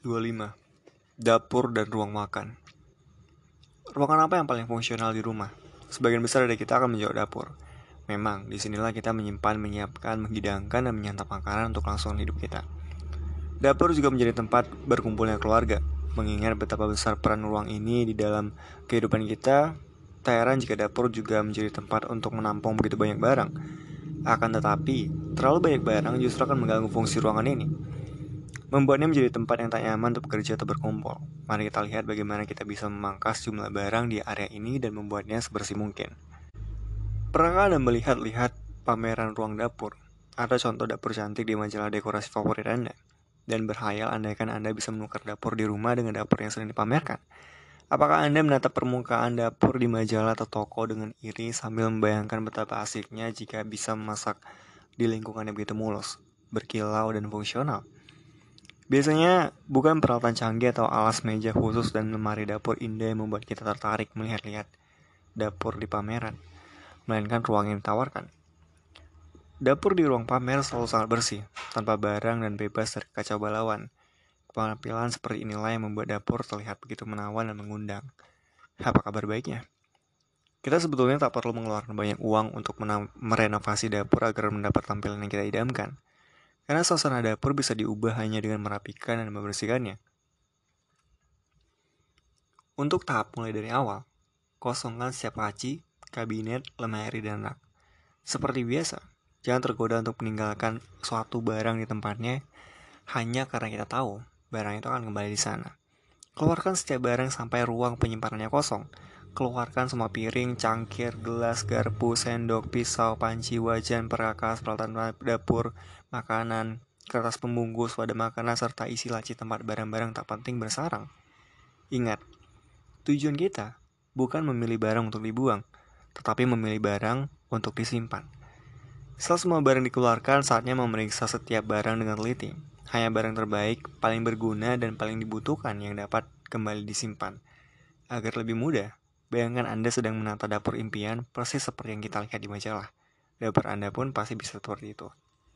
25. Dapur dan ruang makan. Ruangan apa yang paling fungsional di rumah? Sebagian besar dari kita akan menjawab dapur. Memang, disinilah kita menyimpan, menyiapkan, menghidangkan, dan menyantap makanan untuk langsung hidup kita. Dapur juga menjadi tempat berkumpulnya keluarga. Mengingat betapa besar peran ruang ini di dalam kehidupan kita, tak heran jika dapur juga menjadi tempat untuk menampung begitu banyak barang. Akan tetapi, terlalu banyak barang justru akan mengganggu fungsi ruangan ini, membuatnya menjadi tempat yang tak nyaman untuk bekerja atau berkumpul. Mari kita lihat bagaimana kita bisa memangkas jumlah barang di area ini dan membuatnya sebersih mungkin. Pernahkah Anda melihat pameran ruang dapur? Ada contoh dapur cantik di majalah dekorasi favorit Anda? Dan berhayal andaikan Anda bisa menukar dapur di rumah dengan dapur yang sedang dipamerkan. Apakah Anda menatap permukaan dapur di majalah atau toko dengan iri sambil membayangkan betapa asiknya jika bisa memasak di lingkungan yang begitu mulus, berkilau, dan fungsional? Biasanya bukan peralatan canggih atau alas meja khusus dan lemari dapur indah yang membuat kita tertarik melihat-lihat dapur di pameran, melainkan ruang yang ditawarkan. Dapur di ruang pamer selalu sangat bersih, tanpa barang dan bebas dari kacau balauan. Penampilan seperti inilah yang membuat dapur terlihat begitu menawan dan mengundang. Apa kabar baiknya? Kita sebetulnya tak perlu mengeluarkan banyak uang untuk merenovasi dapur agar mendapat tampilan yang kita idamkan. Karena suasana dapur bisa diubah hanya dengan merapikan dan membersihkannya. Untuk tahap mulai dari awal, kosongkan setiap laci, kabinet, lemari, dan rak. Seperti biasa, jangan tergoda untuk meninggalkan suatu barang di tempatnya hanya karena kita tahu barang itu akan kembali di sana. Keluarkan setiap barang sampai ruang penyimpanannya kosong. Keluarkan semua piring, cangkir, gelas, garpu, sendok, pisau, panci, wajan, perakas, peralatan dapur, makanan, kertas pembungkus, wadah makanan, serta isi laci tempat barang-barang tak penting bersarang. Ingat, tujuan kita bukan memilih barang untuk dibuang, tetapi memilih barang untuk disimpan. Setelah semua barang dikeluarkan, saatnya memeriksa setiap barang dengan teliti. Hanya barang terbaik, paling berguna, dan paling dibutuhkan yang dapat kembali disimpan. Agar lebih mudah, bayangkan Anda sedang menata dapur impian persis seperti yang kita lihat di majalah. Dapur Anda pun pasti bisa seperti itu.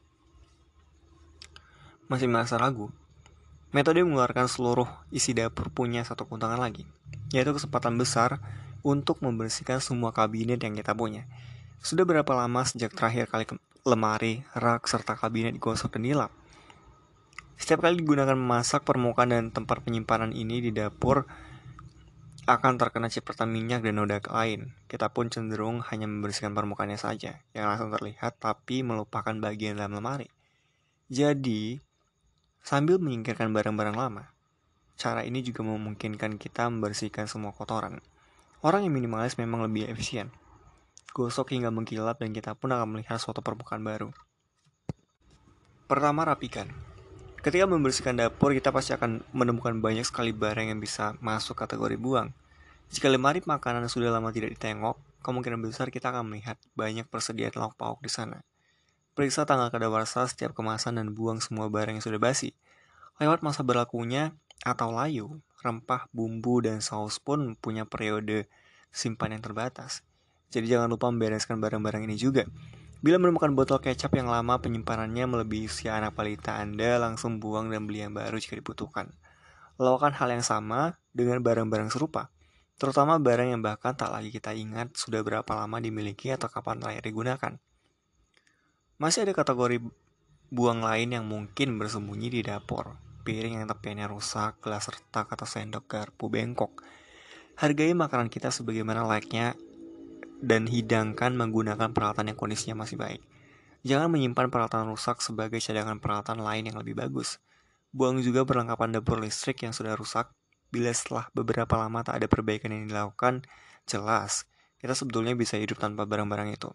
Masih merasa ragu? Metode mengeluarkan seluruh isi dapur punya satu keuntungan lagi, yaitu kesempatan besar untuk membersihkan semua kabinet yang kita punya. Sudah berapa lama sejak terakhir kali lemari, rak, serta kabinet digosok dan dilap? Setiap kali digunakan memasak, permukaan dan tempat penyimpanan ini di dapur akan terkena cipratan minyak dan noda lain. Kita pun cenderung hanya membersihkan permukaannya saja, yang langsung terlihat tapi melupakan bagian dalam lemari. Jadi, sambil menyingkirkan barang-barang lama, cara ini juga memungkinkan kita membersihkan semua kotoran. Orang yang minimalis memang lebih efisien. Gosok hingga mengkilap dan kita pun akan melihat suatu permukaan baru. Pertama, rapikan. Ketika membersihkan dapur, kita pasti akan menemukan banyak sekali barang yang bisa masuk kategori buang. Jika lemari makanan sudah lama tidak ditengok, kemungkinan besar kita akan melihat banyak persediaan lauk pauk di sana. Periksa tanggal kadaluarsa setiap kemasan dan buang semua barang yang sudah basi. Lewat masa berlakunya atau layu, rempah, bumbu, dan saus pun punya periode simpan yang terbatas. Jadi jangan lupa membereskan barang-barang ini juga. Bila menemukan botol kecap yang lama penyimpanannya melebihi usia anak balita Anda, langsung buang dan beli yang baru jika dibutuhkan. Lakukan hal yang sama dengan barang-barang serupa, terutama barang yang bahkan tak lagi kita ingat sudah berapa lama dimiliki atau kapan terakhir digunakan. Masih ada kategori buang lain yang mungkin bersembunyi di dapur. Piring yang tepiannya rusak, gelas retak atau sendok garpu bengkok. Hargai makanan kita sebagaimana layaknya dan hidangkan menggunakan peralatan yang kondisinya masih baik. Jangan menyimpan peralatan rusak sebagai cadangan peralatan lain yang lebih bagus. Buang juga perlengkapan dapur listrik yang sudah rusak. Bila setelah beberapa lama tak ada perbaikan yang dilakukan, jelas kita sebetulnya bisa hidup tanpa barang-barang itu.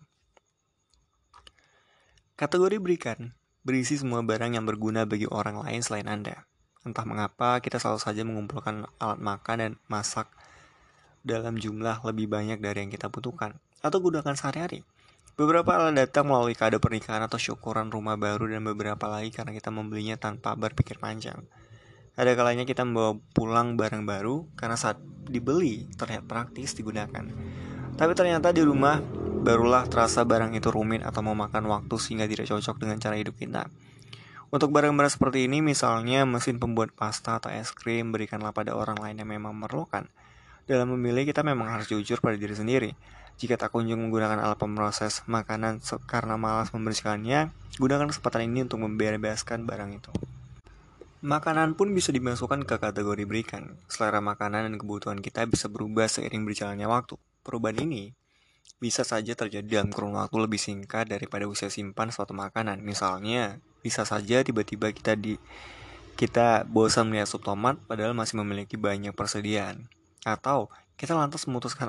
Kategori berikan berisi semua barang yang berguna bagi orang lain selain Anda. Entah mengapa kita selalu saja mengumpulkan alat makan dan masak dalam jumlah lebih banyak dari yang kita butuhkan atau gunakan sehari-hari. Beberapa alat datang melalui kado pernikahan atau syukuran rumah baru, dan beberapa lagi karena kita membelinya tanpa berpikir panjang. Ada kalanya kita membawa pulang barang baru karena saat dibeli terlihat praktis digunakan. Tapi ternyata di rumah barulah terasa barang itu rumit atau memakan waktu sehingga tidak cocok dengan cara hidup kita. Untuk barang-barang seperti ini, misalnya mesin pembuat pasta atau es krim, berikanlah pada orang lain yang memang memerlukan. Dalam memilih, kita memang harus jujur pada diri sendiri. Jika tak kunjung menggunakan alat pemroses makanan karena malas membersihkannya, gunakan kesempatan ini untuk membebaskan barang itu. Makanan pun bisa dimasukkan ke kategori berikan. Selera makanan dan kebutuhan kita bisa berubah seiring berjalannya waktu. Perubahan ini bisa saja terjadi dalam kurun waktu lebih singkat daripada usia simpan suatu makanan. Misalnya, bisa saja tiba-tiba kita bosan melihat sup tomat padahal masih memiliki banyak persediaan. Atau kita lantas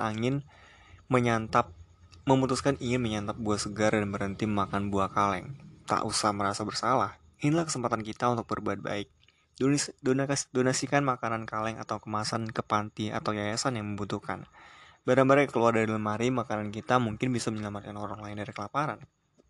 memutuskan ingin menyantap buah segar dan berhenti makan buah kaleng. Tak usah merasa bersalah. Inilah kesempatan kita untuk berbuat baik. Donasikan makanan kaleng atau kemasan ke panti atau yayasan yang membutuhkan. Barang-barang yang keluar dari lemari makanan kita mungkin bisa menyelamatkan orang lain dari kelaparan.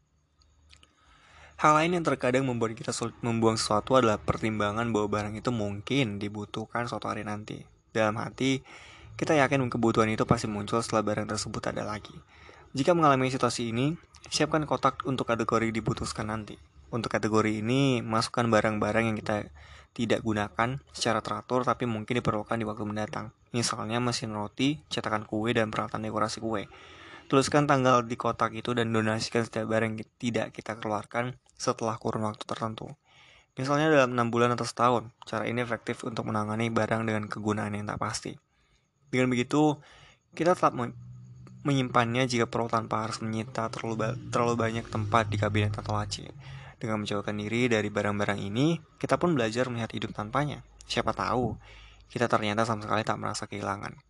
Hal lain yang terkadang membuat kita sulit membuang sesuatu adalah pertimbangan bahwa barang itu mungkin dibutuhkan suatu hari nanti. Dalam hati, kita yakin kebutuhan itu pasti muncul setelah barang tersebut ada lagi. Jika mengalami situasi ini, siapkan kotak untuk kategori dibutuhkan nanti. Untuk kategori ini, masukkan barang-barang yang kita tidak gunakan secara teratur tapi mungkin diperlukan di waktu mendatang. Misalnya mesin roti, cetakan kue, dan peralatan dekorasi kue. Tuliskan tanggal di kotak itu dan donasikan setiap barang yang tidak kita keluarkan setelah kurun waktu tertentu. Misalnya dalam 6 bulan atau setahun. Cara ini efektif untuk menangani barang dengan kegunaan yang tak pasti. Dengan begitu, kita tetap menyimpannya jika perlu tanpa harus menyita terlalu banyak tempat di kabinet atau laci. Dengan menjauhkan diri dari barang-barang ini, kita pun belajar melihat hidup tanpanya. Siapa tahu, kita ternyata sama sekali tak merasa kehilangan.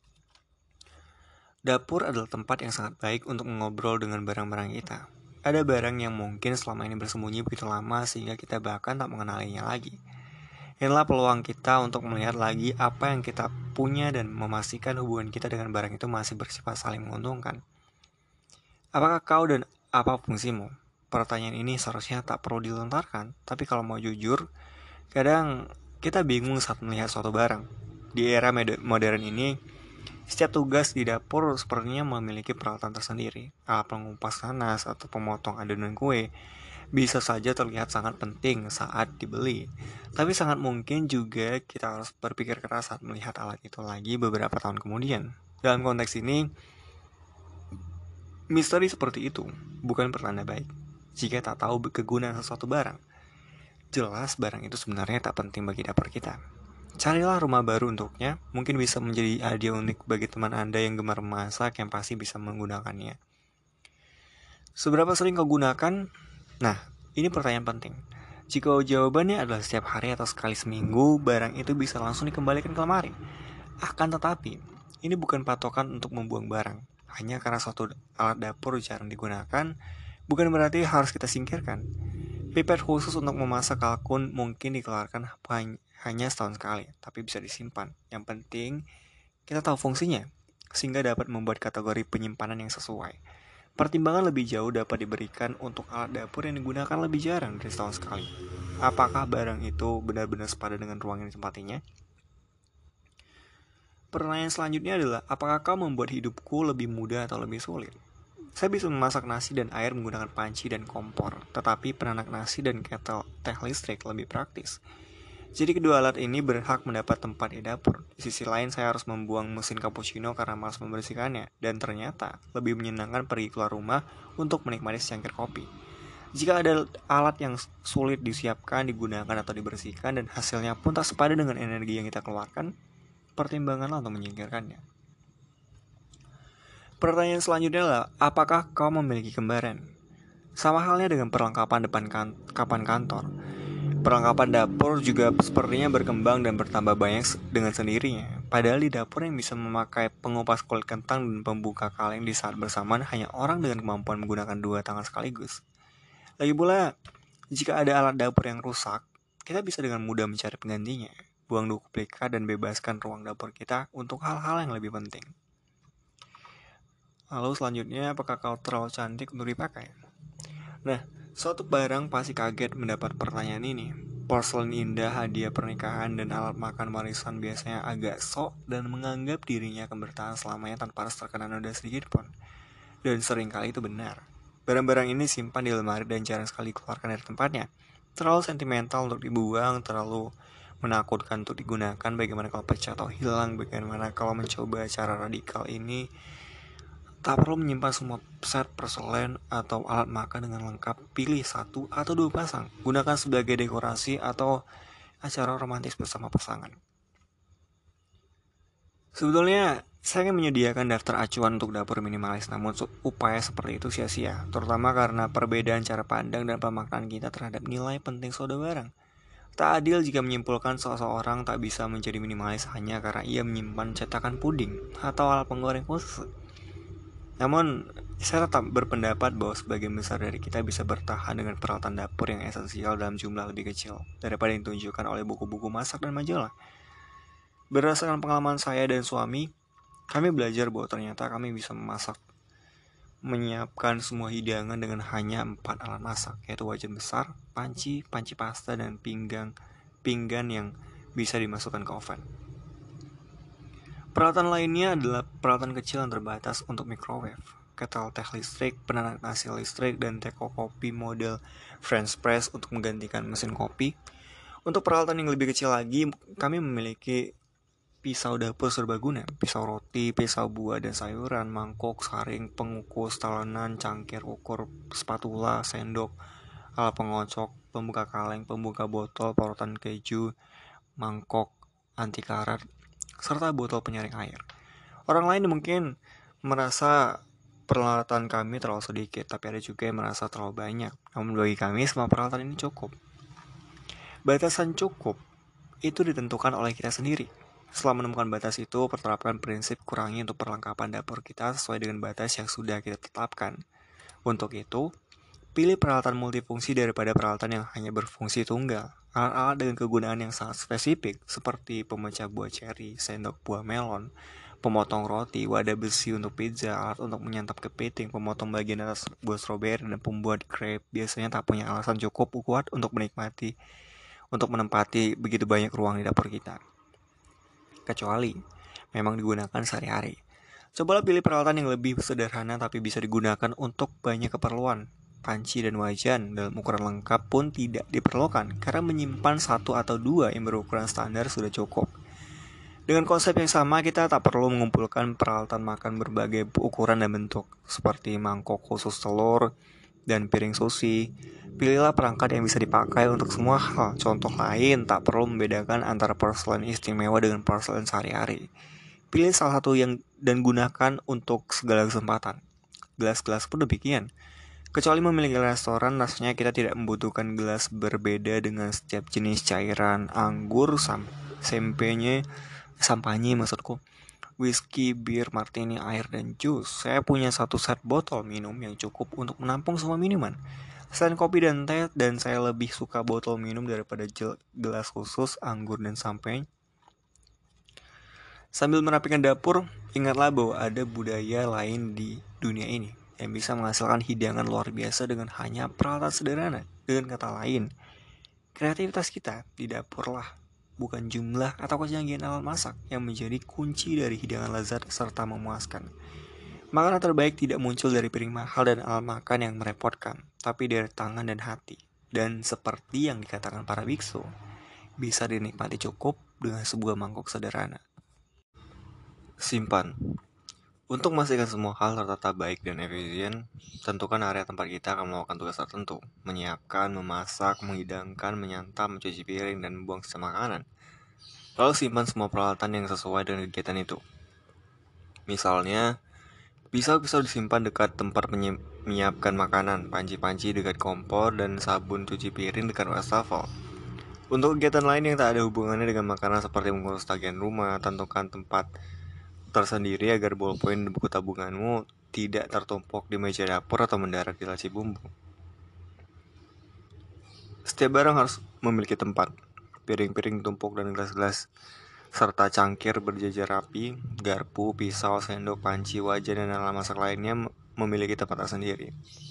Dapur adalah tempat yang sangat baik untuk mengobrol dengan barang-barang kita. Ada barang yang mungkin selama ini bersembunyi begitu lama sehingga kita bahkan tak mengenalinya lagi. Inilah peluang kita untuk melihat lagi apa yang kita punya dan memastikan hubungan kita dengan barang itu masih bersifat saling menguntungkan. Apakah kau dan apa fungsimu? Pertanyaan ini seharusnya tak perlu dilontarkan, tapi kalau mau jujur, kadang kita bingung saat melihat suatu barang. Di era modern ini, setiap tugas di dapur sepertinya memiliki peralatan tersendiri. Alat pengupas nanas atau pemotong adonan kue bisa saja terlihat sangat penting saat dibeli. Tapi sangat mungkin juga kita harus berpikir keras saat melihat alat itu lagi beberapa tahun kemudian. Dalam konteks ini, misteri seperti itu bukan pertanda baik. Jika tak tahu kegunaan sesuatu barang, jelas barang itu sebenarnya tak penting bagi dapur kita. Carilah rumah baru untuknya, mungkin bisa menjadi hadiah unik bagi teman Anda yang gemar memasak yang pasti bisa menggunakannya. Seberapa sering kau gunakan? Nah, ini pertanyaan penting. Jika jawabannya adalah setiap hari atau sekali seminggu, barang itu bisa langsung dikembalikan ke lemari. Akan tetapi, ini bukan patokan untuk membuang barang. Hanya karena suatu alat dapur jarang digunakan, bukan berarti harus kita singkirkan. Pipet khusus untuk memasak kalkun mungkin dikeluarkan hanya setahun sekali, tapi bisa disimpan. Yang penting, kita tahu fungsinya, sehingga dapat membuat kategori penyimpanan yang sesuai. Pertimbangan lebih jauh dapat diberikan untuk alat dapur yang digunakan lebih jarang dari setahun sekali. Apakah barang itu benar-benar sepadan dengan ruang yang ditempatinya? Pertanyaan selanjutnya adalah, apakah kau membuat hidupku lebih mudah atau lebih sulit? Saya bisa memasak nasi dan air menggunakan panci dan kompor, tetapi penanak nasi dan kettle teh listrik lebih praktis. Jadi kedua alat ini berhak mendapat tempat di dapur. Di sisi lain saya harus membuang mesin cappuccino karena malas membersihkannya. Dan ternyata lebih menyenangkan pergi keluar rumah untuk menikmati secangkir kopi. Jika ada alat yang sulit disiapkan, digunakan atau dibersihkan dan hasilnya pun tak sepadan dengan energi yang kita keluarkan, pertimbanganlah untuk menyingkirkannya. Pertanyaan selanjutnya adalah, apakah kau memiliki kembaran? Sama halnya dengan perlengkapan kapan kantor. Perlengkapan dapur juga sepertinya berkembang dan bertambah banyak dengan sendirinya. Padahal di dapur yang bisa memakai pengupas kulit kentang dan pembuka kaleng di saat bersamaan hanya orang dengan kemampuan menggunakan dua tangan sekaligus. Lagi pula, jika ada alat dapur yang rusak, kita bisa dengan mudah mencari penggantinya. Buang duplikat dan bebaskan ruang dapur kita untuk hal-hal yang lebih penting. Lalu selanjutnya, apakah kau terlalu cantik untuk dipakai? Nah, suatu barang pasti kaget mendapat pertanyaan ini. Porselen indah, hadiah pernikahan, dan alat makan warisan biasanya agak sok dan menganggap dirinya akan bertahan selamanya tanpa harus terkena noda sedikit pun. Dan seringkali itu benar. Barang-barang ini simpan di lemari dan jarang sekali dikeluarkan dari tempatnya. terlalu sentimental untuk dibuang, terlalu menakutkan untuk digunakan. Bagaimana kalau pecah atau hilang? Bagaimana kalau mencoba cara radikal ini? Tak perlu menyimpan semua set perselen atau alat makan dengan lengkap. Pilih 1 atau 2 pasang. Gunakan sebagai dekorasi atau acara romantis bersama pasangan. Sebetulnya saya ingin menyediakan daftar acuan untuk dapur minimalis, namun upaya seperti itu sia-sia, terutama karena perbedaan cara pandang dan pemaknaan kita terhadap nilai penting suatu barang. Tak adil jika menyimpulkan seseorang tak bisa menjadi minimalis hanya karena ia menyimpan cetakan puding atau alat pengoreng khusus. Namun, saya tetap berpendapat bahwa sebagian besar dari kita bisa bertahan dengan peralatan dapur yang esensial dalam jumlah lebih kecil daripada yang ditunjukkan oleh buku-buku masak dan majalah. Berdasarkan pengalaman saya dan suami, kami belajar bahwa ternyata kami bisa menyiapkan semua hidangan dengan hanya 4 alat masak, yaitu wajan besar, panci pasta, dan pinggan yang bisa dimasukkan ke oven. Peralatan lainnya adalah peralatan kecil yang terbatas untuk microwave, kettle teh listrik, penanak nasi listrik, dan teko kopi model French press untuk menggantikan mesin kopi. Untuk peralatan yang lebih kecil lagi, kami memiliki pisau dapur serbaguna, pisau roti, pisau buah dan sayuran, mangkok, saring, pengukus, talenan, cangkir ukur, spatula, sendok, alat pengocok, pembuka kaleng, pembuka botol, parutan keju, mangkok anti karat, serta botol penyaring air. Orang lain mungkin merasa peralatan kami terlalu sedikit, tapi ada juga yang merasa terlalu banyak. Namun bagi kami semua peralatan ini cukup. Batasan cukup itu ditentukan oleh kita sendiri. Setelah menemukan batas itu, perterapkan prinsip kurangi untuk perlengkapan dapur kita sesuai dengan batas yang sudah kita tetapkan. Untuk itu, pilih peralatan multifungsi daripada peralatan yang hanya berfungsi tunggal. Alat-alat dengan kegunaan yang sangat spesifik, seperti pemecah buah ceri, sendok buah melon, pemotong roti, wadah besi untuk pizza, alat untuk menyantap kepiting, pemotong bagian atas buah stroberi, dan pembuat crepe, biasanya tak punya alasan cukup kuat untuk menempati begitu banyak ruang di dapur kita. Kecuali memang digunakan sehari-hari. Cobalah pilih peralatan yang lebih sederhana tapi bisa digunakan untuk banyak keperluan. Panci dan wajan dalam ukuran lengkap pun tidak diperlukan, karena menyimpan 1 atau 2 yang berukuran standar sudah cukup. Dengan konsep yang sama, kita tak perlu mengumpulkan peralatan makan berbagai ukuran dan bentuk, seperti mangkok khusus telur dan piring sushi. Pilihlah perangkat yang bisa dipakai untuk semua hal. Contoh lain, tak perlu membedakan antara porselen istimewa dengan porselen sehari-hari. Pilih salah satu yang dan gunakan untuk segala kesempatan. Gelas-gelas pun demikian. Kecuali memiliki restoran, rasanya kita tidak membutuhkan gelas berbeda dengan setiap jenis cairan, anggur, sampanye maksudku, whisky, bir, martini, air, dan jus. Saya punya 1 set botol minum yang cukup untuk menampung semua minuman. Selain kopi dan teh, dan saya lebih suka botol minum daripada gelas khusus, anggur, dan champagne. Sambil merapikan dapur, ingatlah bahwa ada budaya lain di dunia ini yang bisa menghasilkan hidangan luar biasa dengan hanya peralatan sederhana. Dengan kata lain, kreativitas kita di dapur lah, bukan jumlah atau kecanggihan alat masak yang menjadi kunci dari hidangan lezat serta memuaskan. Makanan terbaik tidak muncul dari piring mahal dan alat makan yang merepotkan, tapi dari tangan dan hati. Dan seperti yang dikatakan para biksu, bisa dinikmati cukup dengan sebuah mangkok sederhana. Simpan. Untuk memastikan semua hal tertata baik dan efisien, tentukan area tempat kita akan melakukan tugas tertentu. Menyiapkan, memasak, menghidangkan, menyantap, mencuci piring, dan membuang sisa makanan. Lalu simpan semua peralatan yang sesuai dengan kegiatan itu. Misalnya, pisau-pisau disimpan dekat tempat menyiapkan makanan, panci-panci dekat kompor, dan sabun cuci piring dekat wastafel. Untuk kegiatan lain yang tak ada hubungannya dengan makanan seperti mengurus tagihan rumah, tentukan tempat tersendiri agar ballpoint dan buku tabunganmu tidak tertumpuk di meja dapur atau mendarat di laci bumbu. Setiap barang harus memiliki tempat. Piring-piring tumpuk dan gelas-gelas serta cangkir berjajar rapi, garpu, pisau, sendok, panci, wajan, dan alat masak lainnya memiliki tempat tersendiri.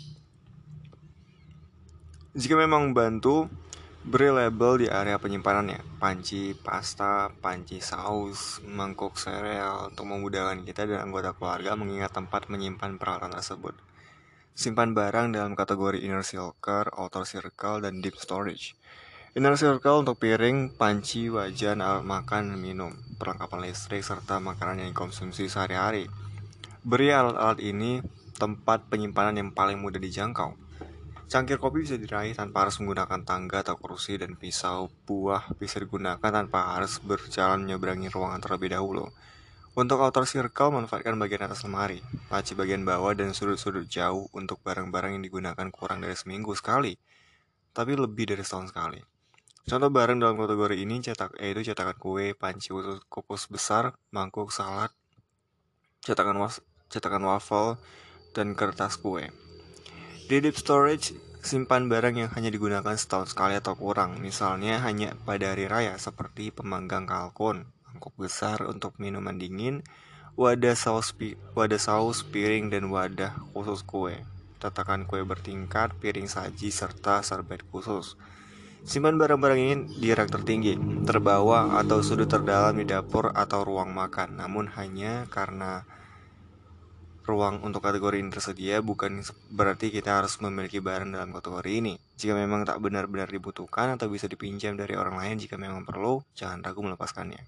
Jika memang membantu, beri label di area penyimpanannya. Panci pasta, panci saus, mangkok sereal untuk memudahkan kita dan anggota keluarga mengingat tempat menyimpan peralatan tersebut. Simpan barang dalam kategori inner circle, outer circle, dan deep storage. Inner circle untuk piring, panci, wajan, alat makan, dan minum, perlengkapan listrik, serta makanan yang dikonsumsi sehari-hari. Beri alat-alat ini tempat penyimpanan yang paling mudah dijangkau. Cangkir kopi bisa diraih tanpa harus menggunakan tangga atau kursi, dan pisau buah bisa digunakan tanpa harus berjalan menyeberangi ruangan terlebih dahulu. Untuk outer circle, manfaatkan bagian atas lemari, laci bagian bawah, dan sudut-sudut jauh untuk barang-barang yang digunakan kurang dari seminggu sekali, tapi lebih dari setahun sekali. Contoh barang dalam kategori ini yaitu cetakan kue, panci kukus besar, mangkuk salad, cetakan waffle, dan kertas kue. Di deep storage, simpan barang yang hanya digunakan setahun sekali atau kurang, misalnya hanya pada hari raya seperti pemanggang kalkun, mangkuk besar untuk minuman dingin, wadah saus, piring, dan wadah khusus kue, tatakan kue bertingkat, piring saji, serta serbet khusus. Simpan barang-barang ini di rak tertinggi, terbawah, atau sudut terdalam di dapur atau ruang makan. Namun hanya karena ruang untuk kategori ini tersedia, bukan berarti kita harus memiliki barang dalam kategori ini. Jika memang tak benar-benar dibutuhkan atau bisa dipinjam dari orang lain jika memang perlu, jangan ragu melepaskannya.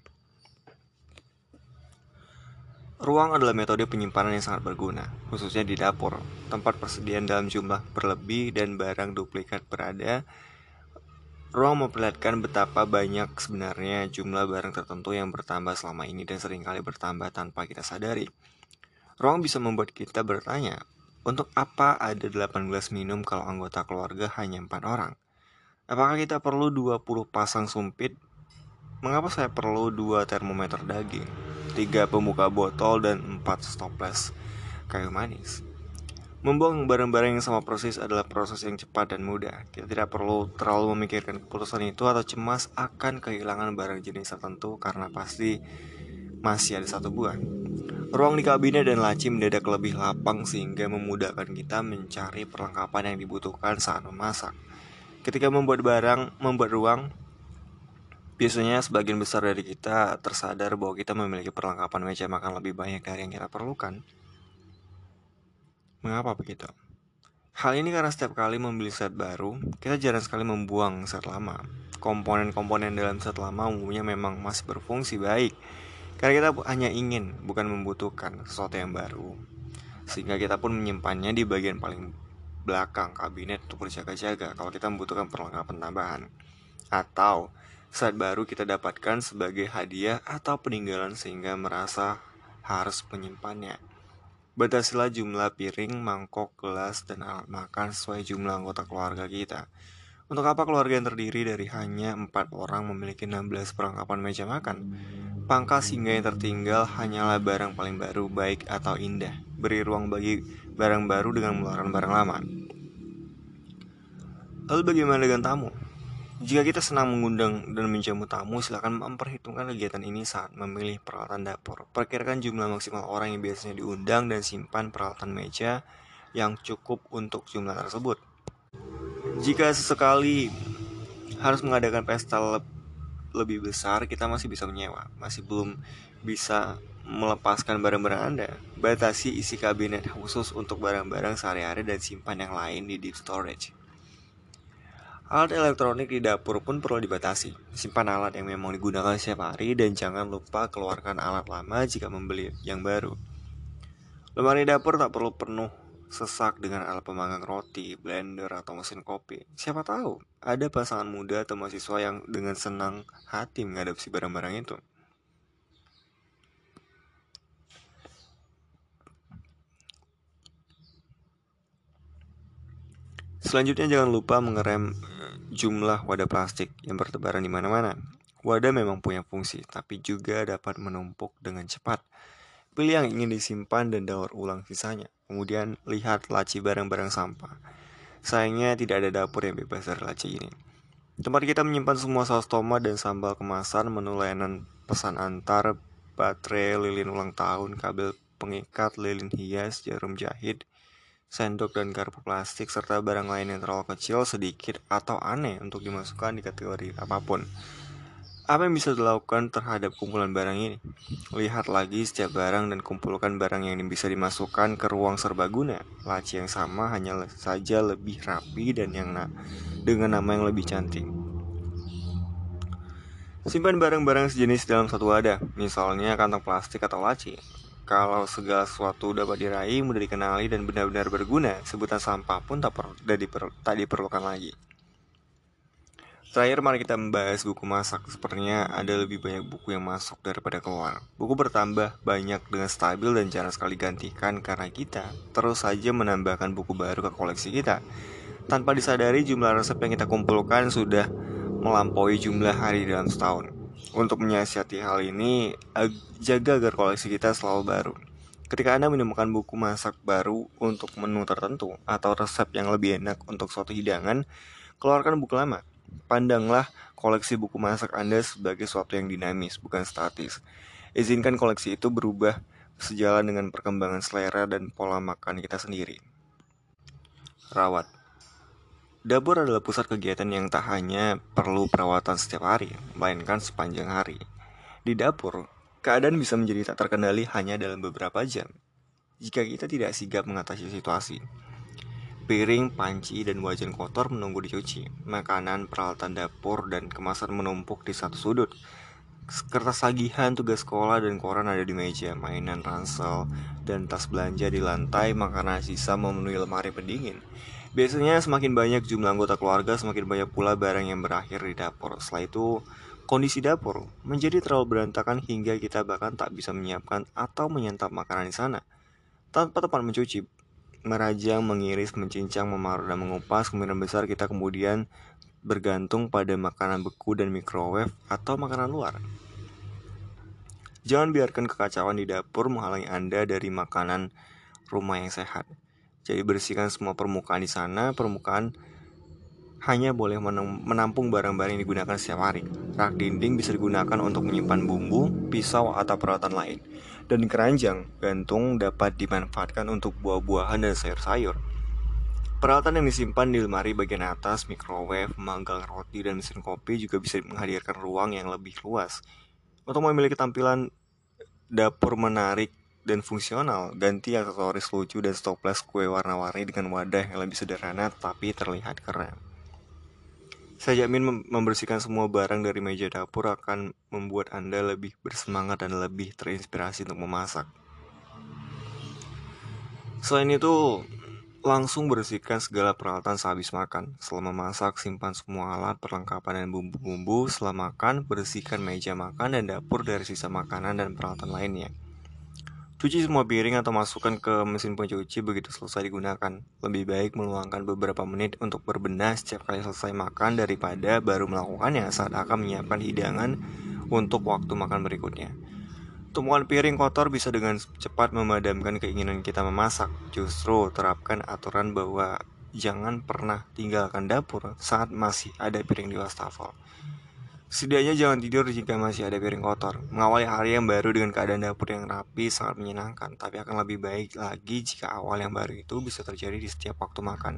Ruang adalah metode penyimpanan yang sangat berguna, khususnya di dapur. Tempat persediaan dalam jumlah berlebih dan barang duplikat berada. Ruang memperlihatkan betapa banyak sebenarnya jumlah barang tertentu yang bertambah selama ini dan seringkali bertambah tanpa kita sadari. Ruang bisa membuat kita bertanya, untuk apa ada 18 minum kalau anggota keluarga hanya 4 orang? Apakah kita perlu 20 pasang sumpit? Mengapa saya perlu 2 termometer daging, 3 pembuka botol, dan 4 stoples kayu manis? Membuang barang-barang yang sama persis adalah proses yang cepat dan mudah. Kita tidak perlu terlalu memikirkan keputusan itu atau cemas akan kehilangan barang jenis tertentu karena pasti masih ada satu buah. Ruang di kabinet dan laci mendadak lebih lapang sehingga memudahkan kita mencari perlengkapan yang dibutuhkan saat memasak. Ketika membuat ruang, biasanya sebagian besar dari kita tersadar bahwa kita memiliki perlengkapan meja makan lebih banyak dari yang kita perlukan. Mengapa begitu? Hal ini karena setiap kali membeli set baru, kita jarang sekali membuang set lama. Komponen-komponen dalam set lama umumnya memang masih berfungsi baik, karena kita hanya ingin, bukan membutuhkan sesuatu yang baru. Sehingga kita pun menyimpannya di bagian paling belakang kabinet untuk berjaga-jaga kalau kita membutuhkan perlengkapan tambahan. Atau set baru kita dapatkan sebagai hadiah atau peninggalan sehingga merasa harus menyimpannya. Batasilah jumlah piring, mangkok, gelas, dan alat makan sesuai jumlah anggota keluarga kita. Untuk apa keluarga yang terdiri dari hanya 4 orang memiliki 16 perlengkapan meja makan? Pangkas hingga yang tertinggal hanyalah barang paling baru, baik atau indah. Beri ruang bagi barang baru dengan mengeluarkan barang lama. Lalu bagaimana dengan tamu? Jika kita senang mengundang dan menjamu tamu, silakan memperhitungkan kegiatan ini saat memilih peralatan dapur. Perkirakan jumlah maksimal orang yang biasanya diundang dan simpan peralatan meja yang cukup untuk jumlah tersebut. Jika sesekali harus mengadakan pesta lebih besar, kita masih bisa menyewa. Masih belum bisa melepaskan barang-barang Anda. Batasi isi kabinet khusus untuk barang-barang sehari-hari dan simpan yang lain di deep storage. Alat elektronik di dapur pun perlu dibatasi. Simpan alat yang memang digunakan setiap hari dan jangan lupa keluarkan alat lama jika membeli yang baru. Lemari dapur tak perlu penuh sesak dengan alat pemanggang roti, blender, atau mesin kopi. Siapa tahu ada pasangan muda atau mahasiswa yang dengan senang hati mengadopsi barang-barang itu. Selanjutnya jangan lupa mengerem jumlah wadah plastik yang bertebaran di mana-mana. Wadah memang punya fungsi, tapi juga dapat menumpuk dengan cepat. Pilih yang ingin disimpan dan daur ulang sisanya. Kemudian lihat laci barang-barang sampah. Sayangnya tidak ada dapur yang bebas dari laci ini. Tempat kita menyimpan semua saus tomat dan sambal kemasan, menu layanan pesan antar, baterai, lilin ulang tahun, kabel pengikat, lilin hias, jarum jahit, sendok dan garpu plastik, serta barang lain yang terlalu kecil, sedikit, atau aneh untuk dimasukkan di kategori apapun. Apa yang bisa dilakukan terhadap kumpulan barang ini? Lihat lagi setiap barang dan kumpulkan barang yang bisa dimasukkan ke ruang serbaguna. Laci yang sama hanya saja lebih rapi dan dengan nama yang lebih cantik. Simpan barang-barang sejenis dalam satu wadah, misalnya kantong plastik atau laci. Kalau segala sesuatu dapat diraih, mudah dikenali dan benar-benar berguna, sebutan sampah pun tak diperlukan lagi. Terakhir mari kita membahas buku masak. Sepertinya ada lebih banyak buku yang masuk daripada keluar. Buku bertambah banyak dengan stabil dan jarang sekali gantikan karena kita terus saja menambahkan buku baru ke koleksi kita. Tanpa disadari jumlah resep yang kita kumpulkan sudah melampaui jumlah hari dalam setahun. Untuk menyiasati hal ini, jaga agar koleksi kita selalu baru. Ketika Anda menemukan buku masak baru untuk menu tertentu atau resep yang lebih enak untuk suatu hidangan, keluarkan buku lama. Pandanglah koleksi buku masak Anda sebagai sesuatu yang dinamis, bukan statis. Izinkan koleksi itu berubah sejalan dengan perkembangan selera dan pola makan kita sendiri. Rawat. Dapur adalah pusat kegiatan yang tak hanya perlu perawatan setiap hari, melainkan sepanjang hari. Di dapur, keadaan bisa menjadi tak terkendali hanya dalam beberapa jam, jika kita tidak sigap mengatasi situasi. Piring, panci, dan wajan kotor menunggu dicuci. Makanan, peralatan dapur, dan kemasan menumpuk di satu sudut. Kertas tagihan, tugas sekolah, dan koran ada di meja. Mainan ransel dan tas belanja di lantai. Makanan sisa memenuhi lemari pendingin. Biasanya semakin banyak jumlah anggota keluarga, semakin banyak pula barang yang berakhir di dapur. Setelah itu, kondisi dapur menjadi terlalu berantakan hingga kita bahkan tak bisa menyiapkan atau menyantap makanan di sana. Tanpa tempat mencuci, merajang, mengiris, mencincang, memarut, dan mengupas, kemungkinan besar kita kemudian bergantung pada makanan beku dan microwave atau makanan luar. Jangan biarkan kekacauan di dapur menghalangi Anda dari makanan rumah yang sehat. Jadi bersihkan semua permukaan di sana. Permukaan hanya boleh menampung barang-barang yang digunakan setiap hari. Rak dinding bisa digunakan untuk menyimpan bumbu, pisau, atau peralatan lain. Dan keranjang gantung dapat dimanfaatkan untuk buah-buahan dan sayur-sayur. Peralatan yang disimpan di lemari bagian atas, microwave, manggal roti, dan mesin kopi juga bisa menghadirkan ruang yang lebih luas. Untuk memiliki tampilan dapur menarik dan fungsional, ganti aksesoris lucu dan stoples kue warna-warni dengan wadah yang lebih sederhana tapi terlihat keren. Saya jamin membersihkan semua barang dari meja dapur akan membuat Anda lebih bersemangat dan lebih terinspirasi untuk memasak. Selain itu, langsung bersihkan segala peralatan sehabis makan. Setelah memasak, simpan semua alat, perlengkapan, dan bumbu-bumbu. Setelah makan, bersihkan meja makan dan dapur dari sisa makanan dan peralatan lainnya. Cuci semua piring atau masukkan ke mesin pencuci begitu selesai digunakan. Lebih baik meluangkan beberapa menit untuk berbenah setiap kali selesai makan daripada baru melakukannya saat akan menyiapkan hidangan untuk waktu makan berikutnya. Tumpukan piring kotor bisa dengan cepat memadamkan keinginan kita memasak. Justru terapkan aturan bahwa jangan pernah tinggalkan dapur saat masih ada piring di wastafel. Setidaknya jangan tidur jika masih ada piring kotor. Mengawali hari yang baru dengan keadaan dapur yang rapi sangat menyenangkan, tapi akan lebih baik lagi jika awal yang baru itu bisa terjadi di setiap waktu makan.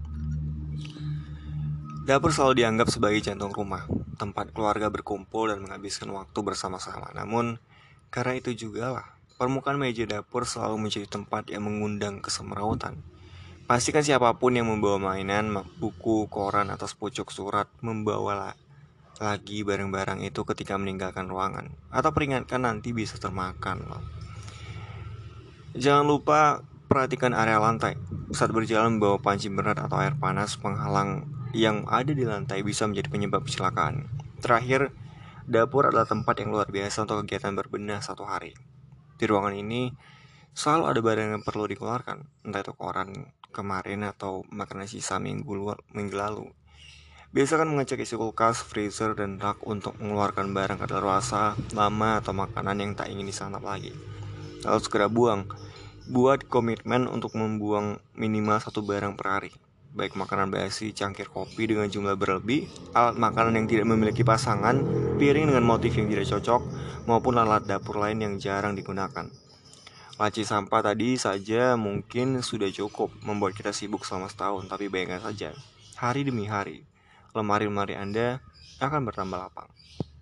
Dapur selalu dianggap sebagai jantung rumah, tempat keluarga berkumpul dan menghabiskan waktu bersama-sama. Namun, karena itu jugalah, permukaan meja dapur selalu menjadi tempat yang mengundang kesemrawutan. Pastikan siapapun yang membawa mainan, buku, koran, atau sepucuk surat membawa lagi barang-barang itu ketika meninggalkan ruangan. Atau peringatkan nanti bisa termakan loh. Jangan lupa perhatikan area lantai. Saat berjalan membawa panci berat atau air panas, penghalang yang ada di lantai bisa menjadi penyebab kecelakaan. Terakhir, dapur adalah tempat yang luar biasa untuk kegiatan berbenah satu hari. Di ruangan ini selalu ada barang yang perlu dikeluarkan, entah itu koran kemarin atau makanan sisa minggu lalu. Biasakan mengecek isi kulkas, freezer, dan rak untuk mengeluarkan barang kadaluarsa lama atau makanan yang tak ingin disantap lagi. Lalu segera buang. Buat komitmen untuk membuang minimal satu barang per hari. Baik makanan basi, cangkir kopi dengan jumlah berlebih, alat makanan yang tidak memiliki pasangan, piring dengan motif yang tidak cocok, maupun alat dapur lain yang jarang digunakan. Laci sampah tadi saja mungkin sudah cukup membuat kita sibuk selama setahun, tapi bayangkan saja, hari demi hari, lemari-lemari Anda akan bertambah lapang.